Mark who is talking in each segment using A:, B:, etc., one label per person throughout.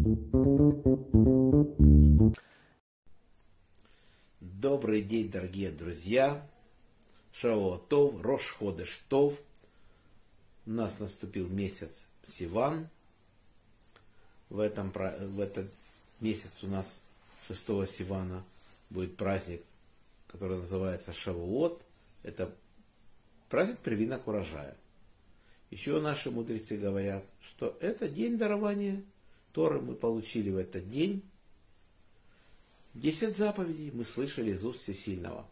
A: Добрый день, дорогие друзья! Шавуа Тов, Рош Ходеш Тов. У нас наступил месяц Сиван. В этот месяц у нас 6 Сивана будет праздник, который называется Шавуот. Это праздник привинок урожая. Еще наши мудрецы говорят, что это день дарования Торы. Мы получили в этот день 10 заповедей, мы слышали из уст Всесильного.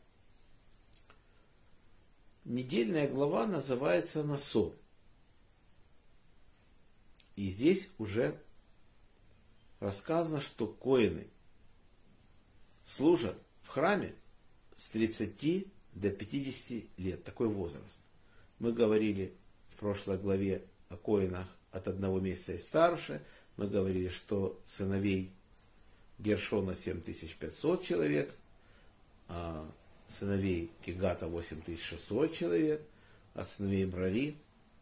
A: Недельная глава называется Насо. И здесь уже рассказано, что коэны служат в храме с 30 до 50 лет. Такой возраст. Мы говорили в прошлой главе о коэнах от 1 месяца и старше. Мы говорили, что сыновей Гершона 7500 человек, а сыновей Кегата 8600 человек, а сыновей Мрари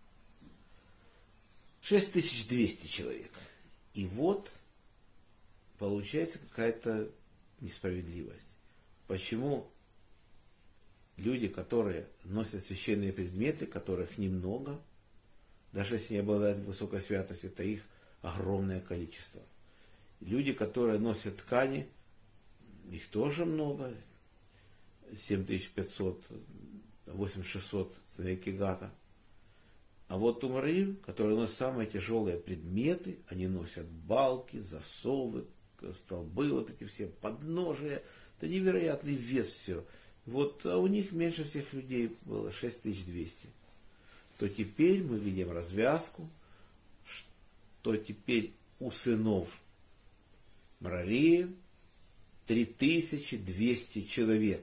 A: 6200 человек. И вот получается какая-то несправедливость. Почему люди, которые носят священные предметы, которых немного, даже если не обладают высокой святостью, это их огромное количество. Люди, которые носят ткани, их тоже много, 7500, 8600 сыновей Кегата. А вот умари, которые носят самые тяжелые предметы, они носят балки, засовы, столбы, вот эти все подножия. Это невероятный вес все. Вот, а у них меньше всех людей было 6200. То теперь мы видим развязку, что теперь у сынов Мрари 3200 человек.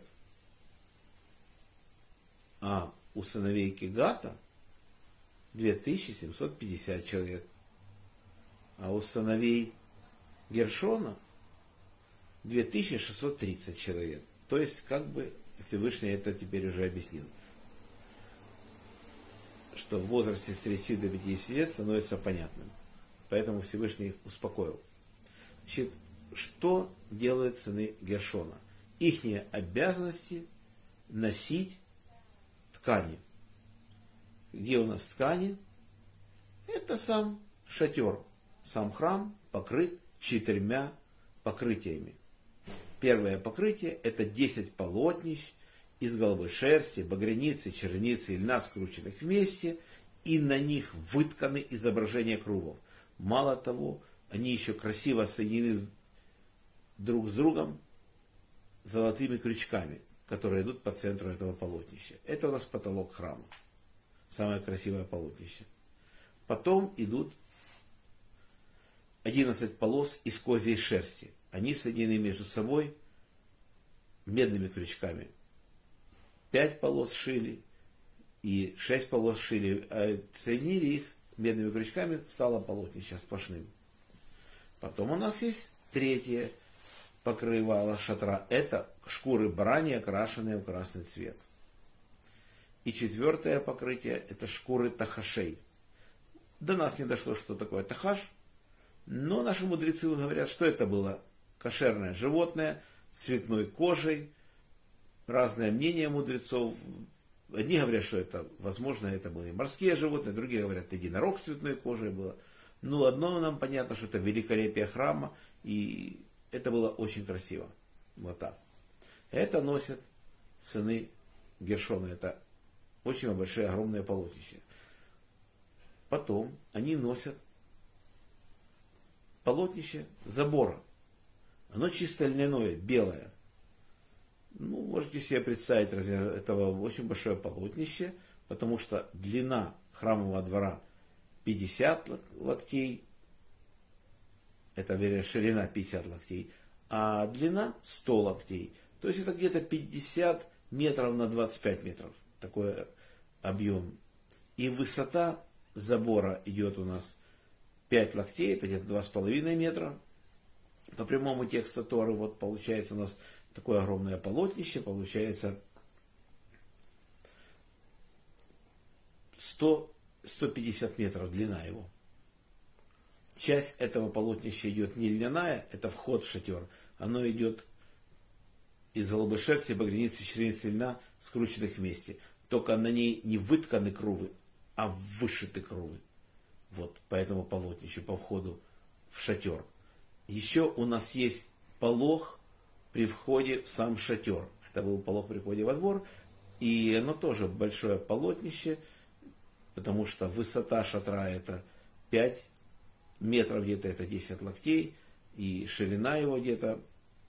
A: А у сыновей Кегата 2750 человек. А у сыновей Гершона 2630 человек. То есть, как бы Всевышний это теперь уже объяснил. Что в возрасте с 30 до 50 лет становится понятным. Поэтому Всевышний их успокоил. Значит, что делают сыны Гершона? Ихние обязанности носить ткани. Где у нас ткани? Это сам шатер. Сам храм покрыт 4 покрытиями. Первое покрытие – это 10 полотнищ из голубой шерсти, багряницы, черницы и льна, скрученных вместе, и на них вытканы изображения кругов. Мало того, они еще красиво соединены друг с другом золотыми крючками, которые идут по центру этого полотнища. Это у нас потолок храма. Самое красивое полотнище. Потом идут 11 полос из козьей шерсти. Они соединены между собой медными крючками. 5 полос шили и 6 полос шили. А соединили их медными крючками, стало полотнище сплошным. Потом у нас есть третье покрывало шатра. Это шкуры бараньи, окрашенные в красный цвет. И четвертое покрытие – это шкуры тахашей. До нас не дошло, что такое тахаш, но наши мудрецы говорят, что это было кошерное животное с цветной кожей. Разное мнение мудрецов. Одни говорят, что это, возможно, это были морские животные, другие говорят, единорог с цветной кожей было. Но одно нам понятно, что это великолепие храма, и это было очень красиво. Вот так. Это носят сыны Гершона. Это очень большое, огромное полотнище. Потом они носят полотнище забора. Оно чисто льняное, белое. Ну, можете себе представить размер этого, очень большое полотнище, потому что длина храмового двора 50 локтей, это, вернее, ширина 50 локтей, а длина 100 локтей. То есть это где-то 50 метров на 25 метров. Такой объем. И высота забора идет у нас 5 локтей, это где-то 2,5 метра. По прямому тексту Торы вот получается у нас такое огромное полотнище, получается 150 метров длина его. часть этого полотнища идет не льняная, это вход в шатер, оно идет из голубой шерсти, багряницы, червеницы льна, скрученных вместе. Только на ней не вытканы крувы, а вышиты крувы. Вот по этому полотнищу, по входу в шатер. Еще у нас есть полог при входе в сам шатер. Это был полог при входе во двор. И оно тоже большое полотнище, потому что высота шатра это 5 метров, где-то это 10 локтей, и ширина его где-то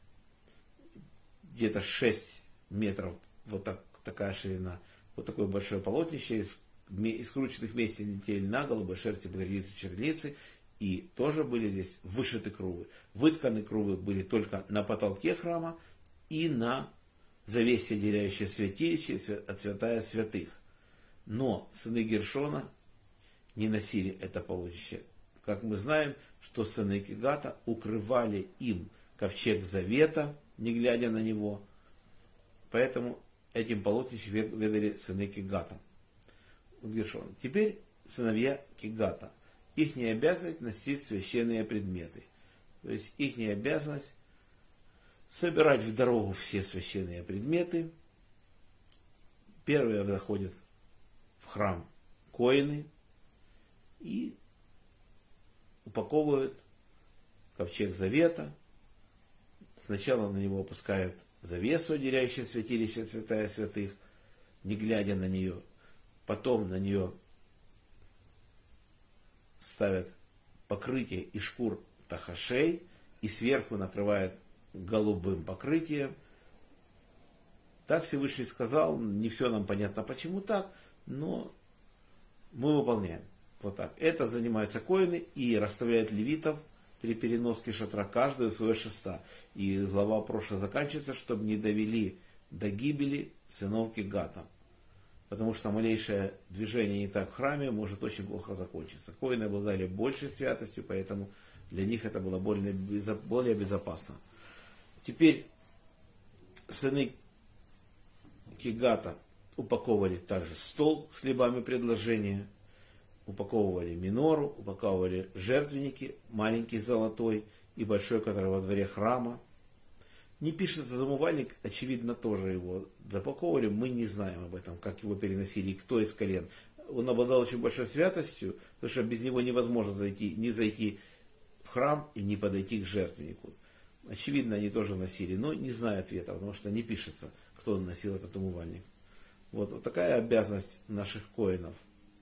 A: 6 метров, вот такая ширина. Вот такое большое полотнище из скрученных вместе нитей льна, голубой шерсти, багряницы, черницы. И тоже были здесь вышиты крувы. Вытканы крувы были только на потолке храма и на завесе, отделяющей святилище от святая святых. Но сыны Гершона не носили это полотнище. Как мы знаем, что сыны Кегата укрывали им ковчег завета, не глядя на него. Поэтому этим полотнищем ведали сыны Кегата. Гершона. Теперь сыновья Кегата. Их обязанность носить священные предметы. То есть их обязанность собирать в дорогу все священные предметы. Первые заходят в храм коины и упаковывают ковчег завета. Сначала на него опускают завесу, отделяющую святилище от святая святых, не глядя на нее. Потом на нее ставят покрытие из шкур тахашей и сверху накрывают голубым покрытием. Так Всевышний сказал, не все нам понятно, почему так, но мы выполняем. Вот так. Это занимаются коины и расставляют левитов при переноске шатра, каждую свое шеста. И глава прошлая заканчивается, чтобы не довели до гибели сынов Кегата. Потому что малейшее движение не так в храме может очень плохо закончиться. Коины обладали большей святостью, поэтому для них это было более безопасно. Теперь сыны Кегата упаковывали также стол с хлебами предложения, упаковывали минору, упаковывали жертвенники, маленький золотой и большой, который во дворе храма. Не пишется за умывальник, очевидно, тоже его запаковывали. Мы не знаем об этом, как его переносили и кто из колен. Он обладал очень большой святостью, потому что без него невозможно зайти в храм и не подойти к жертвеннику. Очевидно, они тоже носили, но не знаю ответа, потому что не пишется, кто носил этот умывальник. Вот такая обязанность наших коинов.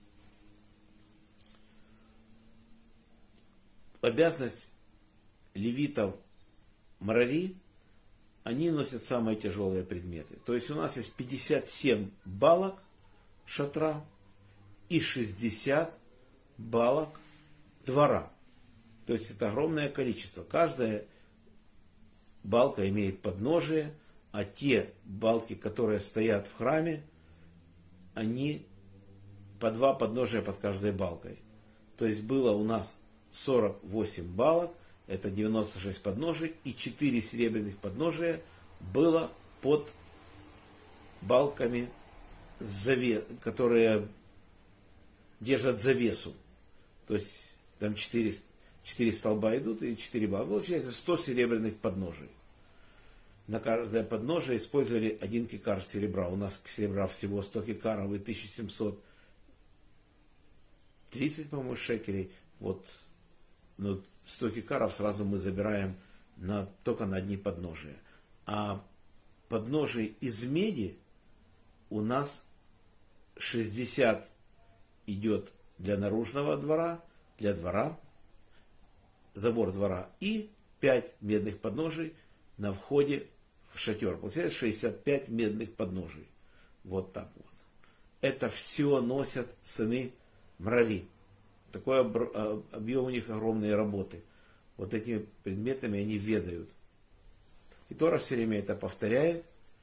A: Обязанность левитов Мрари, они носят самые тяжелые предметы. То есть у нас есть 57 балок шатра и 60 балок двора. То есть это огромное количество. Каждая балка имеет подножие, а те балки, которые стоят в храме, они по 2 подножия под каждой балкой. То есть было у нас 48 балок, это 96 подножий, и 4 серебряных подножия было под балками, которые держат завесу. То есть там 4 столба идут и 4 балки. Получается 100 серебряных подножий. На каждое подножие использовали 1 кикар серебра. У нас серебра всего 100 кикаров и 1730, по-моему, шекелей. Вот, но 100 кикаров сразу мы забираем только на одни подножия. А подножий из меди у нас 60 идет для наружного двора, для двора, забор двора, и 5 медных подножий на входе в шатер. Получается 65 медных подножий. Вот так вот. Это все носят сыны Мрари. Такой объем у них огромные работы. Вот этими предметами они ведают. И Тора все время это повторяет.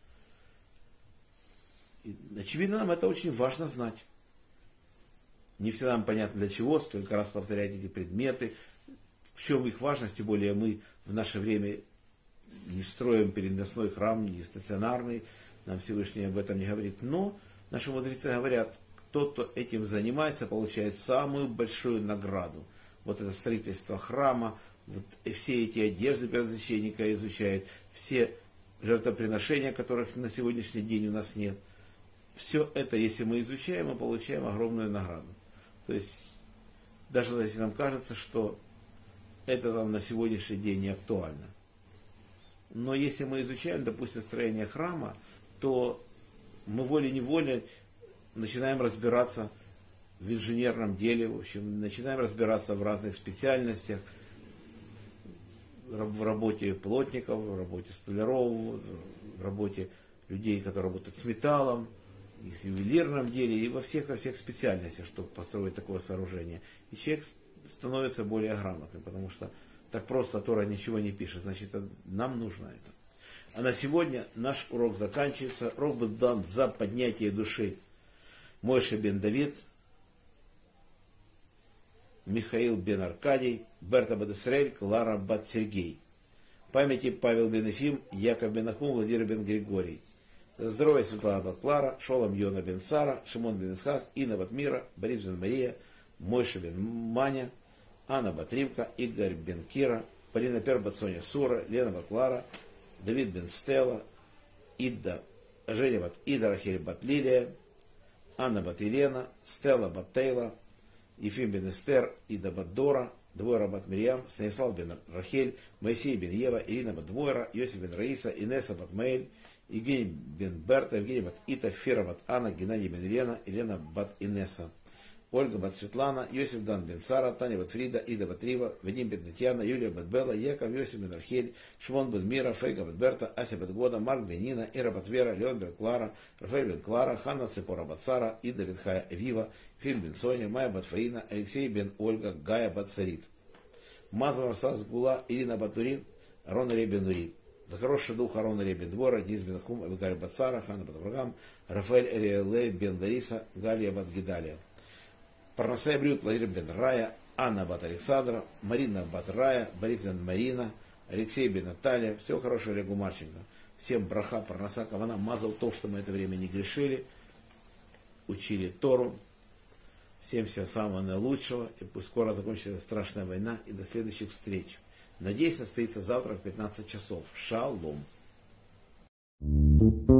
A: И, очевидно, нам это очень важно знать. Не всегда нам понятно для чего, столько раз повторять эти предметы. В чем их важность, тем более мы в наше время не строим переносной храм, не стационарный. Нам Всевышний об этом не говорит. Но наши мудрецы говорят, тот, кто этим занимается, получает самую большую награду. вот это строительство храма, вот, и все эти одежды первосвященника изучает, все жертвоприношения, которых на сегодняшний день у нас нет. Все это, если мы изучаем, мы получаем огромную награду. То есть, даже если нам кажется, что это нам на сегодняшний день не актуально. Но если мы изучаем, допустим, строение храма, то мы волей-неволей начинаем разбираться в инженерном деле, в общем, начинаем разбираться в разных специальностях, в работе плотников, в работе столяров, в работе людей, которые работают с металлом, и в ювелирном деле, и во всех специальностях, чтобы построить такое сооружение. И человек становится более грамотным, потому что так просто Тора ничего не пишет, значит, нам нужно это. А на сегодня наш урок заканчивается. Урок был дан за поднятие души Мойше бен Давид, Михаил бен Аркадий, Берта бен Исраэль, Клара бат Сергей. Памяти Павел бен Ефим, Яков бен Ахум, Владимир бен Григорий. Здоровья Светлана бат Клара, Шолом Йона бен Сара, Шимон бен Исхак, Инна бат Мира, Борис бен Мария, Мойше бен Маня, Анна бат Ривка, Игорь бен Кира, Полина Пер бат Соня Сура, Лена бат Клара, Давид бен Стелла, Женя бат Ида, Рахель бат Лилия, Анна бат Елена, Стелла бат Тейла, Ефим бен Эстер, Ида бат Дора, Двойра бат Мирьям, Станислав бен Рахель, Моисей бен Ева, Ирина бат Двойра, Йосиф бен Раиса, Инесса бат Маэль, Евгений бен Берта, Евгений бат Ита, Фера бат Анна, Геннадий бен Елена, Елена бат Инесса, Ольга бат Светлана, Йосиф дан бен Сара, Таня бат Фрида, Ида бат Рива, Вадим бен Татьяна, Юлия бат Белла, Яков, Йосиф бен Рахель, Шимон бен Мира, Фейга бат Берта, Ася бат Года, Марк бен Нина, Ира бат Вера, Леон бен Клара, Рафаэль бен Клара, Ханна Цепора бат Сара, Ида бен Хая Вива, Фильм бен Соня, Майя бат Фаина, Алексей бен Ольга, Гая бат Сарит, Мазар Сас Гула, Ирина бат Турим, Арон бен Нурим. За хороший дух Арона бен Двора, Диз бен Хум, Абигаль бат Сара, Ханна бат Авраам, Рафаэль Эриэлэ бен Дариса, Галия бат Гидалия. Парнасай Брют, Владимир бен Рая, Анна бат Александра, Марина бат Рая, Борис бен Марина, Алексей бен Наталья. Всего хорошего Олегу Марченко. Всем браха, парнаса, кавана, мазал то, что мы это время не грешили, учили Тору. Всем всего самого наилучшего, и пусть скоро закончится страшная война, и до следующих встреч. Надеюсь, состоится завтра в 15 часов. Шалом.